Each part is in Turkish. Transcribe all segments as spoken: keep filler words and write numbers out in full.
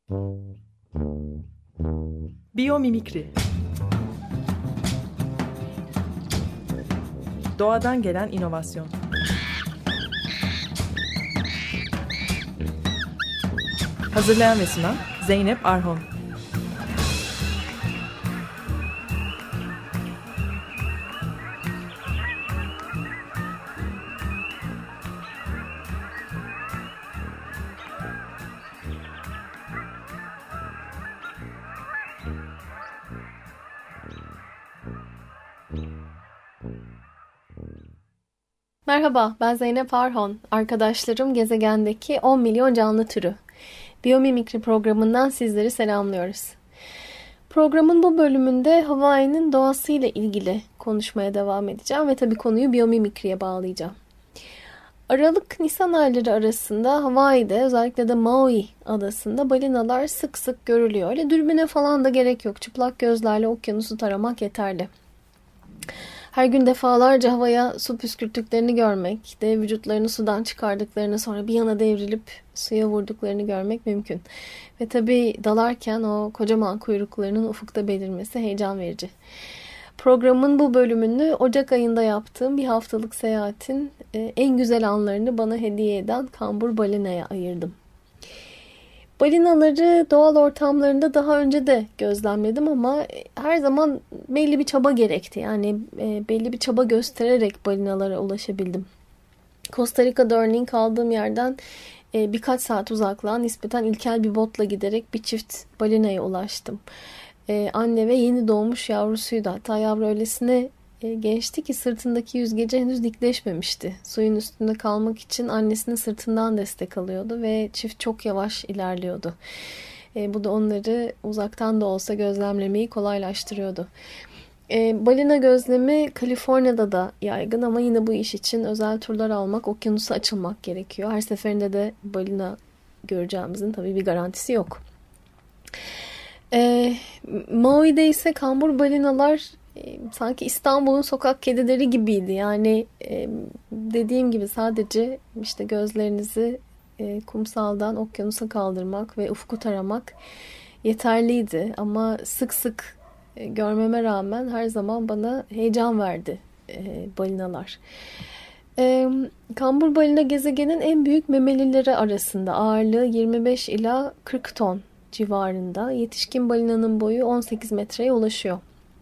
Biyomimikri. Doğadan gelen inovasyon. Hazırlayan ve sunan Zeynep Arhon. Merhaba, ben Zeynep Arhon. Arkadaşlarım gezegendeki on milyon canlı türü. Biyomimikri programından sizleri selamlıyoruz. Programın bu bölümünde Hawaii'nin doğasıyla ilgili konuşmaya devam edeceğim ve tabii konuyu biyomimikriye bağlayacağım. Aralık-Nisan ayları arasında Hawaii'de, özellikle de Maui adasında balinalar sık sık görülüyor. Öyle dürbüne falan da gerek yok. Çıplak gözlerle okyanusu taramak yeterli. Her gün defalarca havaya su püskürttüklerini görmek, de vücutlarını sudan çıkardıklarını, sonra bir yana devrilip suya vurduklarını görmek mümkün. Ve tabii dalarken o kocaman kuyruklarının ufukta belirmesi heyecan verici. Programın bu bölümünü Ocak ayında yaptığım bir haftalık seyahatin en güzel anlarını bana hediye eden kambur balinaya ayırdım. Balinaları doğal ortamlarında daha önce de gözlemledim ama her zaman belli bir çaba gerekti. Yani belli bir çaba göstererek balinalara ulaşabildim. Costa Rica'da örneğin kaldığım yerden birkaç saat uzaklığa nispeten ilkel bir botla giderek bir çift balinaya ulaştım. Anne ve yeni doğmuş yavrusuydu. Hatta yavru öylesine gençti ki sırtındaki yüzgeci henüz dikleşmemişti. Suyun üstünde kalmak için annesinin sırtından destek alıyordu ve çift çok yavaş ilerliyordu. E, bu da onları uzaktan da olsa gözlemlemeyi kolaylaştırıyordu. E, balina gözlemi Kaliforniya'da da yaygın ama yine bu iş için özel turlar almak, okyanusa açılmak gerekiyor. Her seferinde de balina göreceğimizin tabii bir garantisi yok. E, Maui'de ise kambur balinalar sanki İstanbul'un sokak kedileri gibiydi. Yani e, dediğim gibi sadece işte gözlerinizi e, kumsaldan okyanusa kaldırmak ve ufku taramak yeterliydi. Ama sık sık e, görmeme rağmen her zaman bana heyecan verdi e, balinalar. E, kambur balina gezegenin en büyük memelileri arasında, ağırlığı yirmi beş ila kırk ton civarında. Yetişkin balinanın boyu on sekiz metreye ulaşıyor.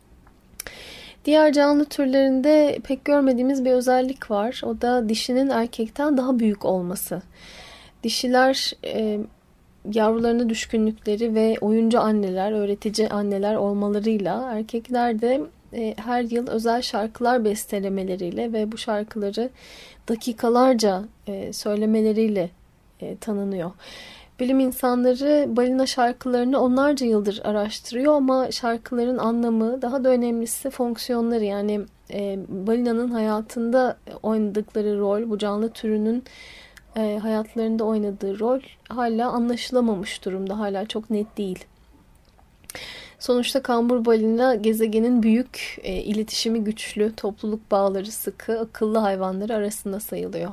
Diğer canlı türlerinde pek görmediğimiz bir özellik var. O da dişinin erkekten daha büyük olması. Dişiler e, yavrularına düşkünlükleri ve oyuncu anneler, öğretici anneler olmalarıyla, erkekler de e, her yıl özel şarkılar bestelemeleriyle ve bu şarkıları dakikalarca e, söylemeleriyle e, tanınıyor. Bilim insanları balina şarkılarını onlarca yıldır araştırıyor ama şarkıların anlamı, daha da önemlisi fonksiyonları, yani e, balinanın hayatında oynadıkları rol, bu canlı türünün e, hayatlarında oynadığı rol hala anlaşılamamış durumda, hala çok net değil. Sonuçta kambur balina gezegenin büyük, e, iletişimi güçlü, topluluk bağları sıkı, akıllı hayvanları arasında sayılıyor.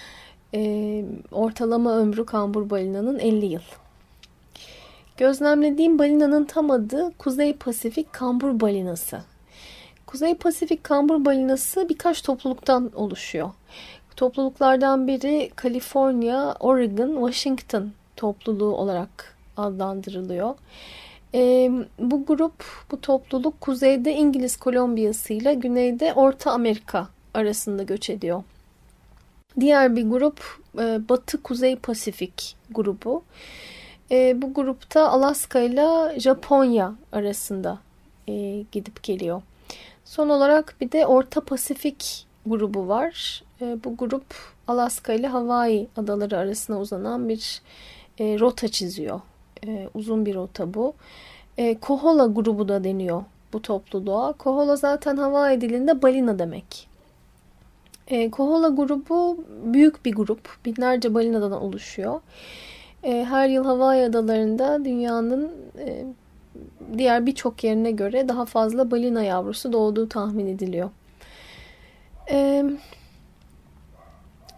E, ortalama ömrü kambur balinanın elli yıl. Gözlemlediğim balinanın tam adı Kuzey Pasifik kambur balinası. Kuzey Pasifik kambur balinası birkaç topluluktan oluşuyor. Topluluklardan biri Kaliforniya, Oregon, Washington topluluğu olarak adlandırılıyor. E, bu grup, bu topluluk kuzeyde İngiliz Kolombiyası ile güneyde Orta Amerika arasında göç ediyor. Diğer bir grup Batı Kuzey Pasifik grubu. E, bu grupta Alaska ile Japonya arasında e, gidip geliyor. Son olarak bir de Orta Pasifik grubu var. E, bu grup Alaska ile Hawaii adaları arasına uzanan bir e, rota çiziyor. E, uzun bir rota bu. E, Kohola grubu da deniyor bu topluluğa. Kohola zaten Hawaii dilinde balina demek. E, Kohola grubu büyük bir grup. Binlerce balinadan oluşuyor. E, her yıl Hawaii adalarında dünyanın e, diğer birçok yerine göre daha fazla balina yavrusu doğduğu tahmin ediliyor. E,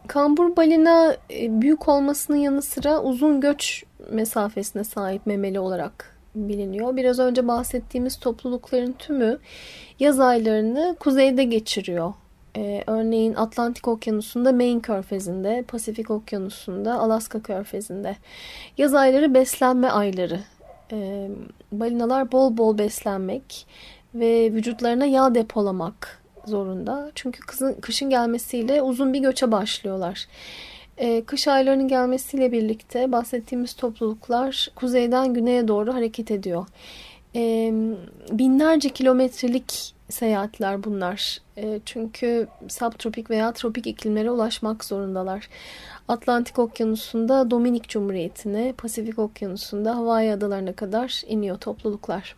Kambur balina e, büyük olmasının yanı sıra uzun göç mesafesine sahip memeli olarak biliniyor. Biraz önce bahsettiğimiz toplulukların tümü yaz aylarını kuzeyde geçiriyor. Ee, örneğin Atlantik Okyanusu'nda Maine Körfezi'nde, Pasifik Okyanusu'nda Alaska Körfezi'nde. Yaz ayları beslenme ayları. Ee, balinalar bol bol beslenmek ve vücutlarına yağ depolamak zorunda. Çünkü kızın, kışın gelmesiyle uzun bir göçe başlıyorlar. Ee, kış aylarının gelmesiyle birlikte bahsettiğimiz topluluklar kuzeyden güneye doğru hareket ediyor. Ee, binlerce kilometrelik seyahatler bunlar. E, çünkü subtropik veya tropik iklimlere ulaşmak zorundalar. Atlantik Okyanusu'nda Dominik Cumhuriyeti'ne, Pasifik Okyanusu'nda Hawaii adalarına kadar iniyor topluluklar.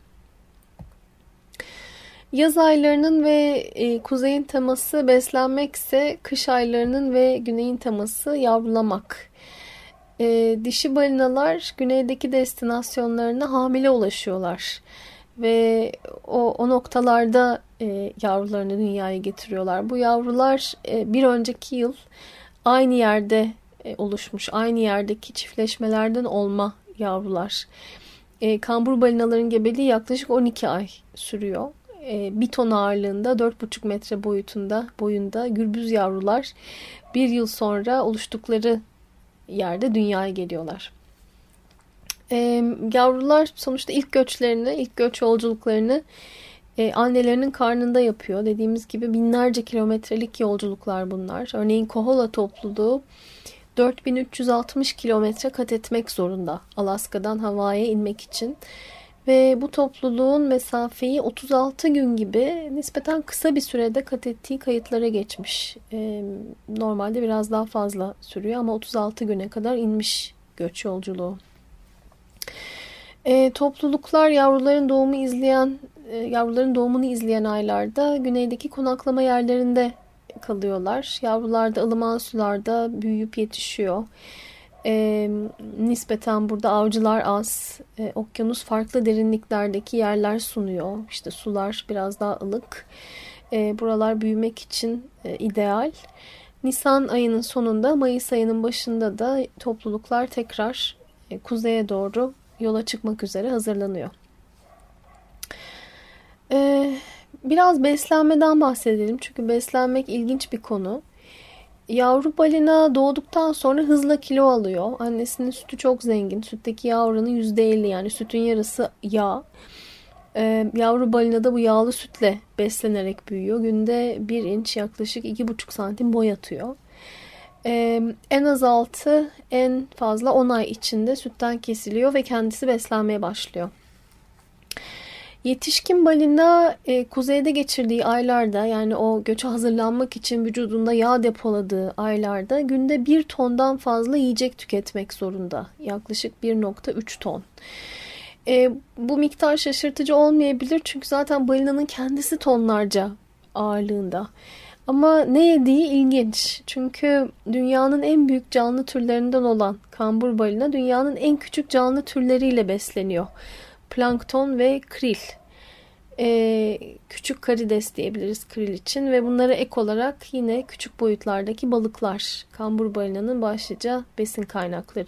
Yaz aylarının ve e, kuzeyin teması beslenmekse kış aylarının ve güneyin teması yavrulamak. E, dişi balinalar güneydeki destinasyonlarına hamile ulaşıyorlar. Ve o, o noktalarda e, yavrularını dünyaya getiriyorlar. Bu yavrular e, bir önceki yıl aynı yerde e, oluşmuş, aynı yerdeki çiftleşmelerden olma yavrular. E, kambur balinaların gebeliği yaklaşık on iki ay sürüyor. E, bir ton ağırlığında, dört buçuk metre boyutunda, boyunda gürbüz yavrular bir yıl sonra oluştukları yerde dünyaya geliyorlar. E, yavrular sonuçta ilk göçlerini, ilk göç yolculuklarını e, annelerinin karnında yapıyor. Dediğimiz gibi binlerce kilometrelik yolculuklar bunlar. Örneğin Kohala topluluğu dört bin üç yüz altmış kilometre kat etmek zorunda Alaska'dan Hawaii'ye inmek için. Ve bu topluluğun mesafeyi otuz altı gün gibi nispeten kısa bir sürede kat ettiği kayıtlara geçmiş. E, normalde biraz daha fazla sürüyor ama otuz altı güne kadar inmiş göç yolculuğu. E, topluluklar yavruların doğumu izleyen, e, yavruların doğumunu izleyen aylarda güneydeki konaklama yerlerinde kalıyorlar. Yavrular da ılıman sularda büyüyüp yetişiyor. E, nispeten burada avcılar az, e, okyanus farklı derinliklerdeki yerler sunuyor. İşte sular biraz daha ılık. E, buralar büyümek için e, ideal. Nisan ayının sonunda, Mayıs ayının başında da topluluklar tekrar e, kuzeye doğru yola çıkmak üzere hazırlanıyor. Ee, biraz beslenmeden bahsedelim. Çünkü beslenmek ilginç bir konu. Yavru balina doğduktan sonra hızla kilo alıyor. Annesinin sütü çok zengin. Sütteki yağ oranı yüzde elli, yani sütün yarısı yağ. Ee, yavru balina da bu yağlı sütle beslenerek büyüyor. Günde bir inç, yaklaşık iki buçuk santim boy atıyor. Ee, en az altı, en fazla on ay içinde sütten kesiliyor ve kendisi beslenmeye başlıyor. Yetişkin balina e, kuzeyde geçirdiği aylarda, yani o göçe hazırlanmak için vücudunda yağ depoladığı aylarda günde bir tondan fazla yiyecek tüketmek zorunda. Yaklaşık bir nokta üç ton. E, bu miktar şaşırtıcı olmayabilir çünkü zaten balinanın kendisi tonlarca ağırlığında. Ama ne yediği ilginç. Çünkü dünyanın en büyük canlı türlerinden olan kambur balina dünyanın en küçük canlı türleriyle besleniyor. Plankton ve kril. Ee, küçük karides diyebiliriz kril için ve bunlara ek olarak yine küçük boyutlardaki balıklar. Kambur balinanın başlıca besin kaynakları.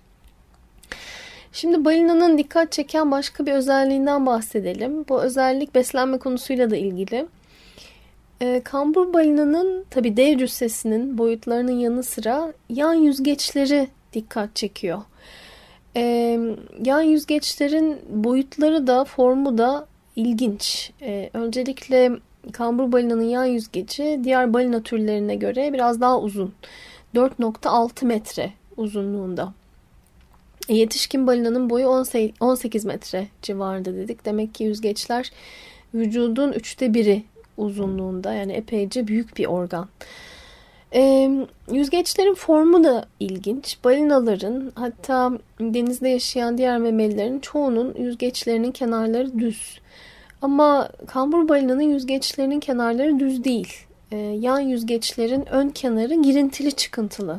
Şimdi balinanın dikkat çeken başka bir özelliğinden bahsedelim. Bu özellik beslenme konusuyla da ilgili. E, kambur balinanın tabii dev cüssesinin boyutlarının yanı sıra yan yüzgeçleri dikkat çekiyor. E, yan yüzgeçlerin boyutları da formu da ilginç. E, öncelikle kambur balinanın yan yüzgeci diğer balina türlerine göre biraz daha uzun. dört nokta altı metre uzunluğunda. E, yetişkin balinanın boyu on sekiz metre civarında dedik. Demek ki yüzgeçler vücudun üçte biri uzunluğunda, yani epeyce büyük bir organ. E, yüzgeçlerin formu da ilginç. Balinaların, hatta denizde yaşayan diğer memelilerin çoğunun yüzgeçlerinin kenarları düz. Ama kambur balinanın yüzgeçlerinin kenarları düz değil. E, yan yüzgeçlerin ön kenarı girintili çıkıntılı.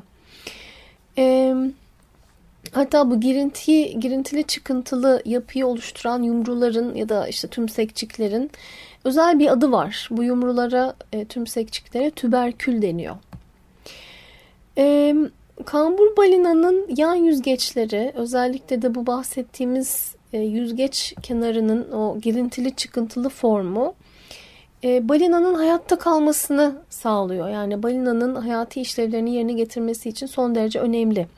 E, hatta bu girinti, girintili çıkıntılı yapıyı oluşturan yumruların ya da işte tümsekçiklerin özel bir adı var. Bu yumrulara, e, tümsekçiklere tüberkül deniyor. E, kambur balinanın yan yüzgeçleri, özellikle de bu bahsettiğimiz e, yüzgeç kenarının o girintili çıkıntılı formu e, balinanın hayatta kalmasını sağlıyor. Yani balinanın hayati işlevlerini yerine getirmesi için son derece önemli.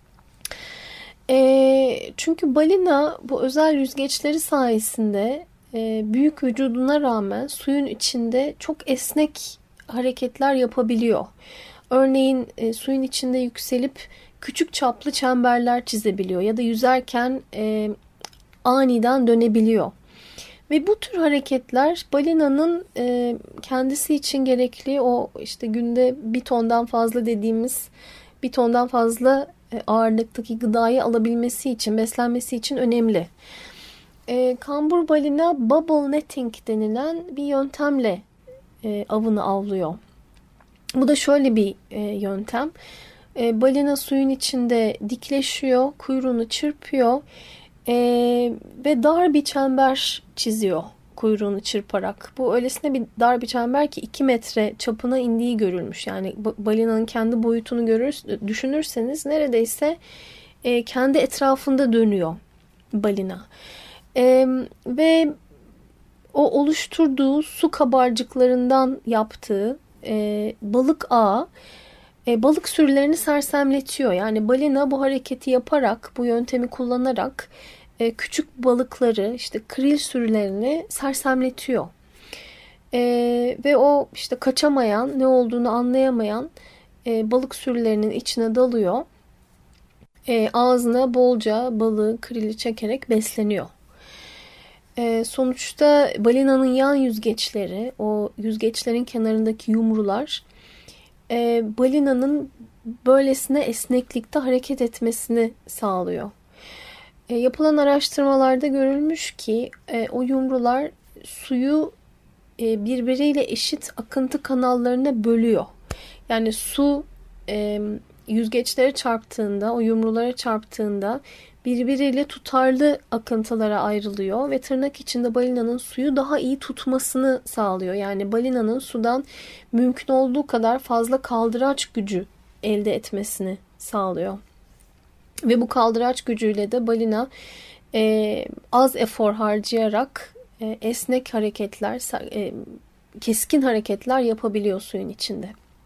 E, çünkü balina bu özel yüzgeçleri sayesinde e, büyük vücuduna rağmen suyun içinde çok esnek hareketler yapabiliyor. Örneğin e, suyun içinde yükselip küçük çaplı çemberler çizebiliyor ya da yüzerken e, aniden dönebiliyor. Ve bu tür hareketler balinanın e, kendisi için gerekli o işte günde bir tondan fazla dediğimiz bir tondan fazla e, ağırlıktaki gıdayı alabilmesi için, beslenmesi için önemli. E, kambur balina bubble netting denilen bir yöntemle e, avını avlıyor. Bu da şöyle bir e, yöntem. E, balina suyun içinde dikleşiyor, kuyruğunu çırpıyor e, ve dar bir çember çiziyor kuyruğunu çırparak. Bu öylesine bir dar bir çember ki iki metre çapına indiği görülmüş. Yani balinanın kendi boyutunu görür, düşünürseniz neredeyse e, kendi etrafında dönüyor balina. E, ve o oluşturduğu su kabarcıklarından yaptığı e, balık ağı e, balık sürülerini sersemletiyor. Yani balina bu hareketi yaparak, bu yöntemi kullanarak e, küçük balıkları, işte kril sürülerini sersemletiyor. E, ve o işte kaçamayan, ne olduğunu anlayamayan e, balık sürülerinin içine dalıyor. E, ağzına bolca balığı, krili çekerek besleniyor. E, sonuçta balinanın yan yüzgeçleri, o yüzgeçlerin kenarındaki yumrular e, balinanın böylesine esneklikte hareket etmesini sağlıyor. E, yapılan araştırmalarda görülmüş ki e, o yumrular suyu e, birbiriyle eşit akıntı kanallarına bölüyor. Yani su e, yüzgeçlere çarptığında, o yumrulara çarptığında birbiriyle tutarlı akıntılara ayrılıyor ve tırnak içinde balinanın suyu daha iyi tutmasını sağlıyor. Yani balinanın sudan mümkün olduğu kadar fazla kaldıraç gücü elde etmesini sağlıyor. Ve bu kaldıraç gücüyle de balina e, az efor harcayarak e, esnek hareketler, e, keskin hareketler yapabiliyor suyun içinde.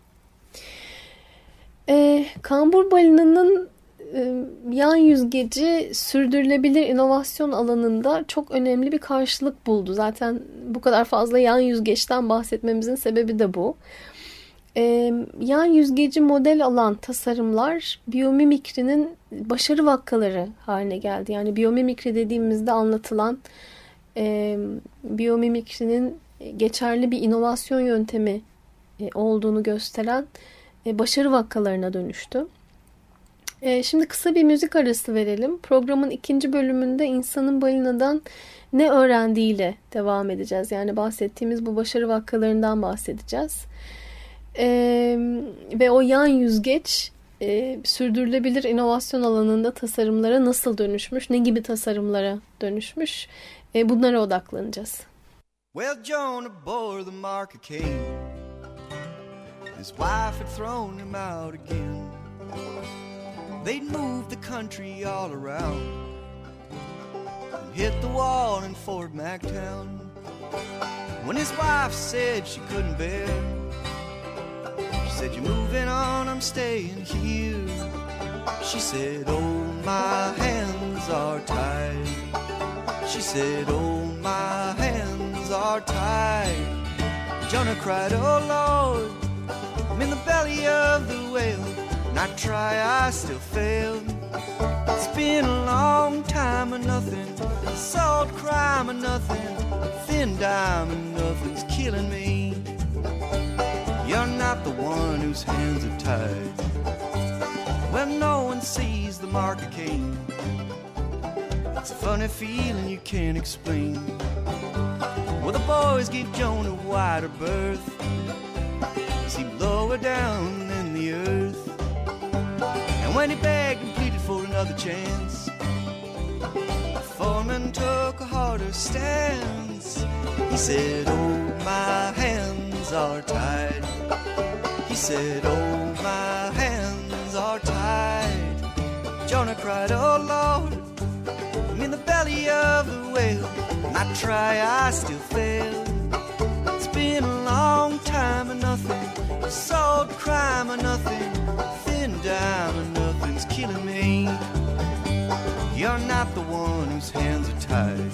E, kambur balinanın yan yüzgeci sürdürülebilir inovasyon alanında çok önemli bir karşılık buldu. Zaten bu kadar fazla yan yüzgeçten bahsetmemizin sebebi de bu. Ee, yan yüzgeci model alan tasarımlar biyomimikrinin başarı vakaları haline geldi. Yani biyomimikri dediğimizde anlatılan e, biyomimikrinin geçerli bir inovasyon yöntemi e, olduğunu gösteren e, başarı vakalarına dönüştü. Şimdi kısa bir müzik arası verelim. Programın ikinci bölümünde insanın balinadan ne öğrendiğiyle devam edeceğiz. Yani bahsettiğimiz bu başarı vakalarından bahsedeceğiz. Ee, ve o yan yüzgeç e, sürdürülebilir inovasyon alanında tasarımlara nasıl dönüşmüş, ne gibi tasarımlara dönüşmüş, e, bunlara odaklanacağız. Well, Jonah bore the mark of Cain. His wife had thrown him out again. They'd moved the country all around and hit the wall in Fort MacTown. When his wife said she couldn't bear, she said, "You're moving on, I'm staying here." She said, "Oh, my hands are tied." She said, "Oh, my hands are tied." Jonah cried, "Oh, Lord, I'm in the belly of the whale. I try, I still fail. It's been a long time or nothing, salt crime or nothing, thin dime or nothing's killing me. You're not the one whose hands are tied. Well, no one sees the mark of Cain. It's a funny feeling you can't explain. Well, the boys gave Jonah a wider berth, seemed lower down than the earth. And when he begged and pleaded for another chance, the foreman took a harder stance. He said, "Oh, my hands are tied." He said, "Oh, my hands are tied. Jonah cried, oh Lord, I'm in the belly of the whale, and I try, I still fail. It's been a long time and nothing, sold crime or nothing, thin dime and nothing's killing me. You're not the one whose hands are tied.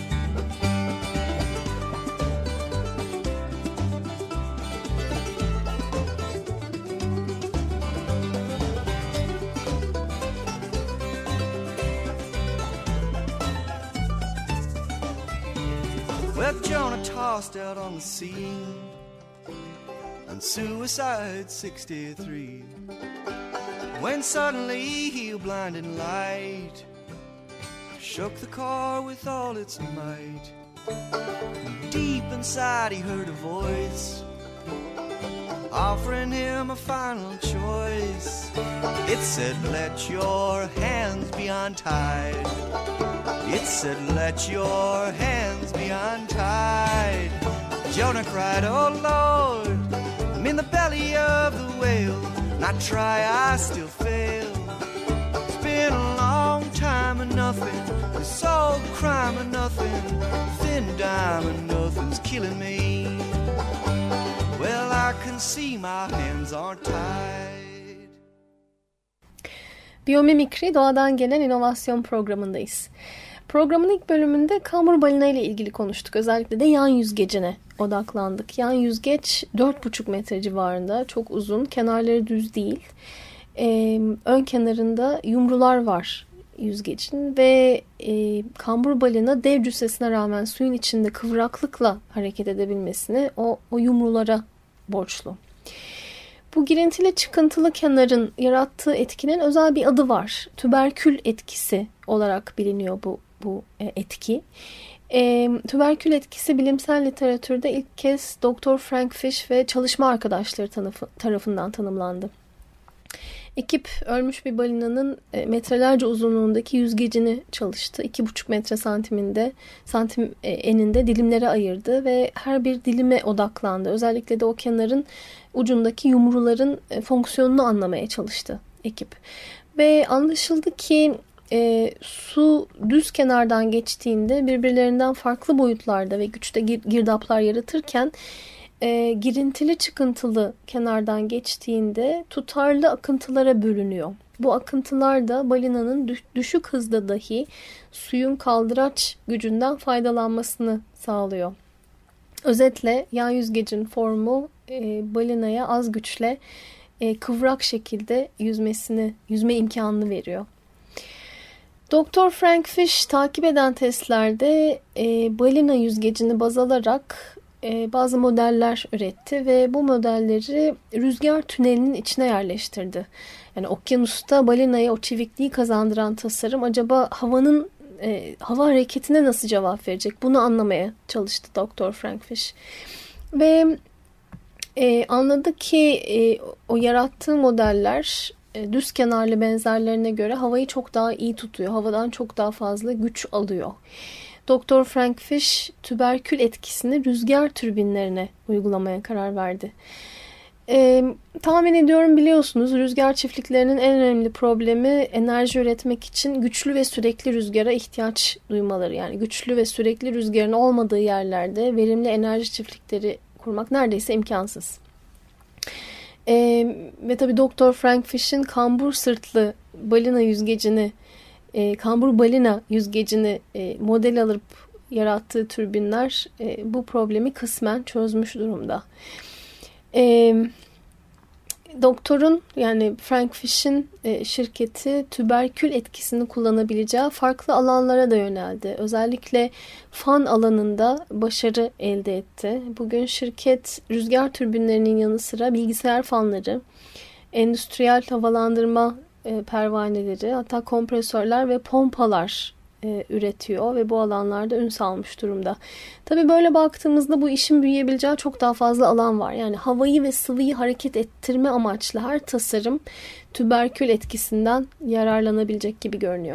Well, Jonah tossed out on the sea on Suicide sixty-three, when suddenly a blinding light shook the car with all its might. Deep inside he heard a voice offering him a final choice. It said, let your hands be untied. It said, let your hands be untied. Jonah cried, oh Lord, I'm in the belly of the whale, and I try, I still fail. It's been a long time and nothing, it's all crime and nothing, thin dime and nothing's killing me. Well, I can see my hands aren't tied. Biyomimikri Doğadan Gelen İnovasyon programındayız. Programın ilk bölümünde kambur balina ile ilgili konuştuk. Özellikle de yan yüzgecine odaklandık. Yan yüzgeç dört buçuk metre civarında, çok uzun, kenarları düz değil. Ee, ön kenarında yumrular var yüzgecin ve e, kambur balina dev cüssesine rağmen suyun içinde kıvraklıkla hareket edebilmesini o, o yumrulara borçlu. Bu girintili çıkıntılı kenarın yarattığı etkinin özel bir adı var. Tüberkül etkisi olarak biliniyor bu, bu etki. E, tüberkül etkisi bilimsel literatürde ilk kez doktor Frank Fish ve çalışma arkadaşları tanıfı, tarafından tanımlandı. Ekip ölmüş bir balinanın e, metrelerce uzunluğundaki yüzgecini çalıştı. iki buçuk metre santiminde, santim e, eninde dilimlere ayırdı ve her bir dilime odaklandı. Özellikle de o kenarın ucundaki yumruların e, fonksiyonunu anlamaya çalıştı ekip. Ve anlaşıldı ki e, su düz kenardan geçtiğinde birbirlerinden farklı boyutlarda ve güçte gir- girdaplar yaratırken E, girintili çıkıntılı kenardan geçtiğinde tutarlı akıntılara bölünüyor. Bu akıntılar da balinanın düş- düşük hızda dahi suyun kaldıraç gücünden faydalanmasını sağlıyor. Özetle yan yüzgecin formu e, balinaya az güçle e, kıvrak şekilde yüzmesini, yüzme imkanını veriyor. doktor Frank Fish takip eden testlerde e, balina yüzgecini baz alarak bazı modeller üretti ve bu modelleri rüzgar tünelinin içine yerleştirdi. Yani okyanusta balinaya o çevikliği kazandıran tasarım acaba havanın e, hava hareketine nasıl cevap verecek? Bunu anlamaya çalıştı doktor Frank Fish. Ve e, anladı ki e, o yarattığı modeller e, düz kenarlı benzerlerine göre havayı çok daha iyi tutuyor. Havadan çok daha fazla güç alıyor. doktor Frank Fish tüberkül etkisini rüzgar türbinlerine uygulamaya karar verdi. Ee, tahmin ediyorum biliyorsunuz rüzgar çiftliklerinin en önemli problemi enerji üretmek için güçlü ve sürekli rüzgara ihtiyaç duymaları. Yani güçlü ve sürekli rüzgarın olmadığı yerlerde verimli enerji çiftlikleri kurmak neredeyse imkansız. Ee, ve tabii doktor Frank Fish'in kambur sırtlı balina yüzgecini E, kambur balina yüzgecini e, model alıp yarattığı türbinler e, bu problemi kısmen çözmüş durumda. E, doktorun yani Frank Fish'in e, şirketi tüberkül etkisini kullanabileceği farklı alanlara da yöneldi. Özellikle fan alanında başarı elde etti. Bugün şirket rüzgar türbinlerinin yanı sıra bilgisayar fanları, endüstriyel havalandırma E, pervaneleri, hatta kompresörler ve pompalar e, üretiyor ve bu alanlarda ün salmış durumda. Tabii böyle baktığımızda bu işin büyüyebileceği çok daha fazla alan var. Yani havayı ve sıvıyı hareket ettirme amaçlı her tasarım tüberkül etkisinden yararlanabilecek gibi görünüyor.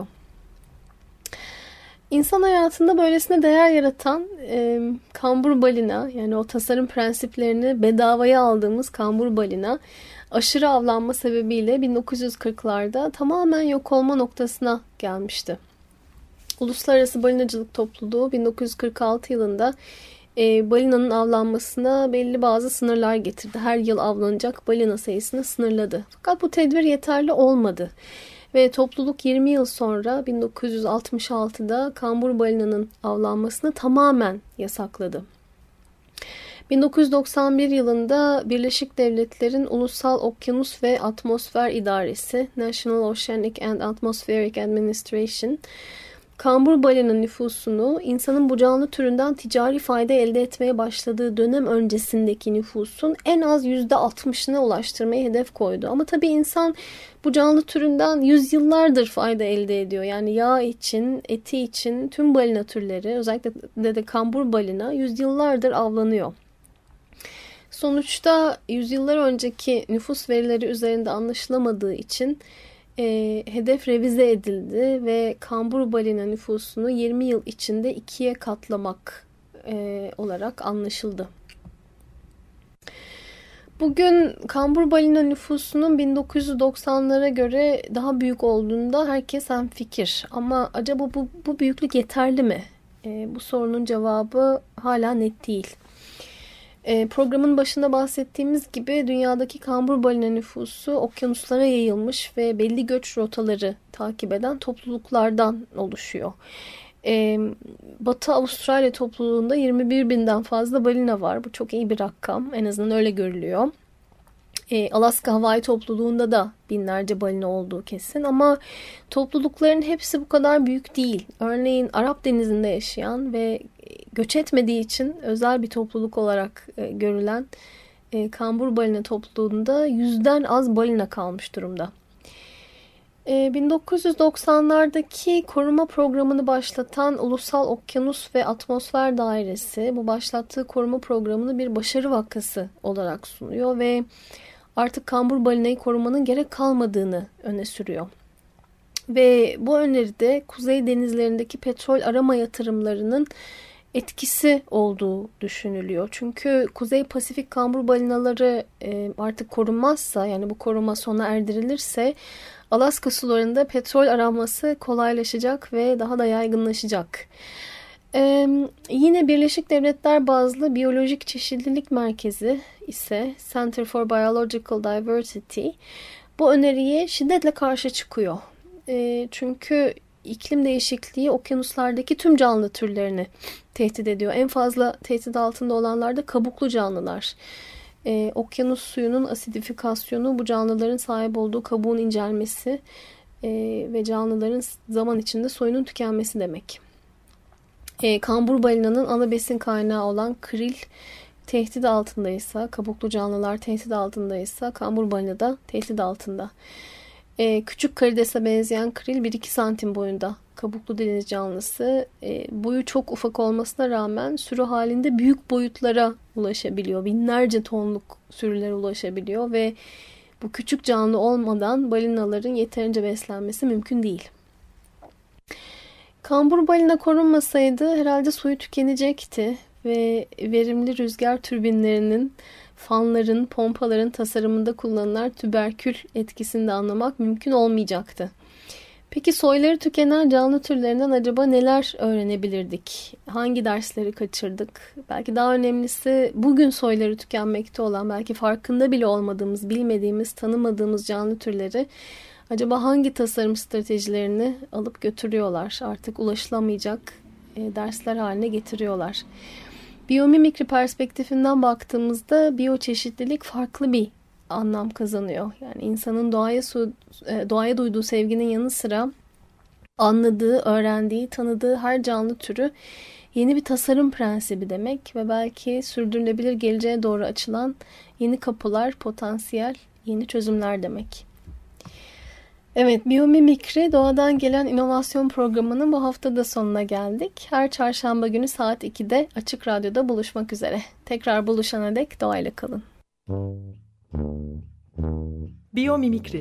İnsan hayatında böylesine değer yaratan e, kambur balina, yani o tasarım prensiplerini bedavaya aldığımız kambur balina aşırı avlanma sebebiyle bin dokuz yüz kırklarda tamamen yok olma noktasına gelmişti. Uluslararası Balinacılık Topluluğu bin dokuz yüz kırk altı yılında e, balinanın avlanmasına belli bazı sınırlar getirdi. Her yıl avlanacak balina sayısını sınırladı. Fakat bu tedbir yeterli olmadı. Ve topluluk yirmi yıl sonra bin dokuz yüz altmış altıda kambur balinanın avlanmasını tamamen yasakladı. bin dokuz yüz doksan bir yılında Birleşik Devletler'in Ulusal Okyanus ve Atmosfer İdaresi National Oceanic and Atmospheric Administration kambur balina nüfusunu insanın bu canlı türünden ticari fayda elde etmeye başladığı dönem öncesindeki nüfusun en az yüzde altmışına ulaştırmayı hedef koydu. Ama tabii insan bu canlı türünden yüzyıllardır fayda elde ediyor. Yani yağ için, eti için tüm balina türleri, özellikle de, de kambur balina yüzyıllardır avlanıyor. Sonuçta yüzyıllar önceki nüfus verileri üzerinde anlaşılamadığı için E, hedef revize edildi ve kambur balina nüfusunu yirmi yıl içinde ikiye katlamak e, olarak anlaşıldı. Bugün kambur balina nüfusunun bin dokuz yüz doksanlara göre daha büyük olduğunda herkes hemfikir. Ama acaba bu, bu büyüklük yeterli mi? E, bu sorunun cevabı hala net değil. Programın başında bahsettiğimiz gibi dünyadaki kambur balina nüfusu okyanuslara yayılmış ve belli göç rotaları takip eden topluluklardan oluşuyor. Batı Avustralya topluluğunda yirmi bir binden fazla balina var. Bu çok iyi bir rakam. En azından öyle görülüyor. Alaska Hawaii topluluğunda da binlerce balina olduğu kesin ama toplulukların hepsi bu kadar büyük değil. Örneğin Arap Denizi'nde yaşayan ve göç etmediği için özel bir topluluk olarak görülen kambur balina topluluğunda yüzden az balina kalmış durumda. bin dokuz yüz doksanlardaki koruma programını başlatan Ulusal Okyanus ve Atmosfer Dairesi bu başlattığı koruma programını bir başarı vakası olarak sunuyor ve artık kambur balinayı korumanın gerek kalmadığını öne sürüyor. Ve bu öneride kuzey denizlerindeki petrol arama yatırımlarının etkisi olduğu düşünülüyor. Çünkü Kuzey Pasifik kambur balinaları artık korunmazsa, yani bu koruma sona erdirilirse Alaska sularında petrol aranması kolaylaşacak ve daha da yaygınlaşacak. Ee, yine Birleşik Devletler bazlı Biyolojik Çeşitlilik Merkezi ise Center for Biological Diversity bu öneriye şiddetle karşı çıkıyor. Ee, çünkü iklim değişikliği okyanuslardaki tüm canlı türlerini tehdit ediyor. En fazla tehdit altında olanlar da kabuklu canlılar. Ee, okyanus suyunun asidifikasyonu bu canlıların sahip olduğu kabuğun incelmesi e, ve canlıların zaman içinde soyunun tükenmesi demek. E, kambur balinanın ana besin kaynağı olan kril tehdit altındaysa, kabuklu canlılar tehdit altındaysa kambur balina da tehdit altında. E, küçük karidese benzeyen kril bir iki santim boyunda kabuklu deniz canlısı. E, boyu çok ufak olmasına rağmen sürü halinde büyük boyutlara ulaşabiliyor. Binlerce tonluk sürülere ulaşabiliyor ve bu küçük canlı olmadan balinaların yeterince beslenmesi mümkün değil. Kambur balina korunmasaydı herhalde suyu tükenecekti ve verimli rüzgar türbinlerinin, fanların, pompaların tasarımında kullanılan tüberkül etkisini de anlamak mümkün olmayacaktı. Peki soyları tükenen canlı türlerinden acaba neler öğrenebilirdik? Hangi dersleri kaçırdık? Belki daha önemlisi bugün soyları tükenmekte olan, belki farkında bile olmadığımız, bilmediğimiz, tanımadığımız canlı türleri acaba hangi tasarım stratejilerini alıp götürüyorlar? Artık ulaşılamayacak e, dersler haline getiriyorlar. Biyomimikri perspektifinden baktığımızda biyoçeşitlilik farklı bir anlam kazanıyor. Yani insanın doğaya su, e, doğaya duyduğu sevginin yanı sıra anladığı, öğrendiği, tanıdığı her canlı türü yeni bir tasarım prensibi demek ve belki sürdürülebilir geleceğe doğru açılan yeni kapılar, potansiyel yeni çözümler demek. Evet, Biyomimikri Doğadan Gelen İnovasyon Programı'nın bu hafta da sonuna geldik. Her çarşamba günü saat ikide Açık Radyo'da buluşmak üzere. Tekrar buluşana dek doğayla kalın. Biyomimikri.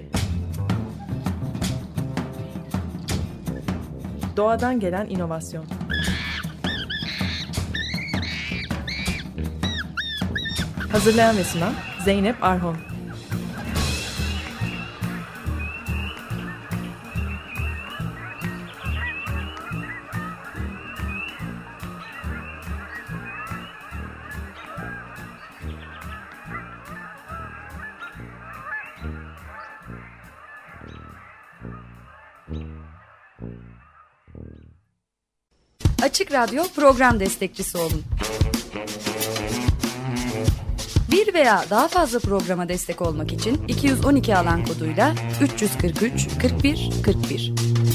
Doğadan gelen inovasyon. Hazırlayan ve sunan Zeynep Arhon. Açık Radyo program destekçisi olun. Bir veya daha fazla programa destek olmak için iki yüz on iki alan koduyla üç yüz kırk üç kırk bir kırk bir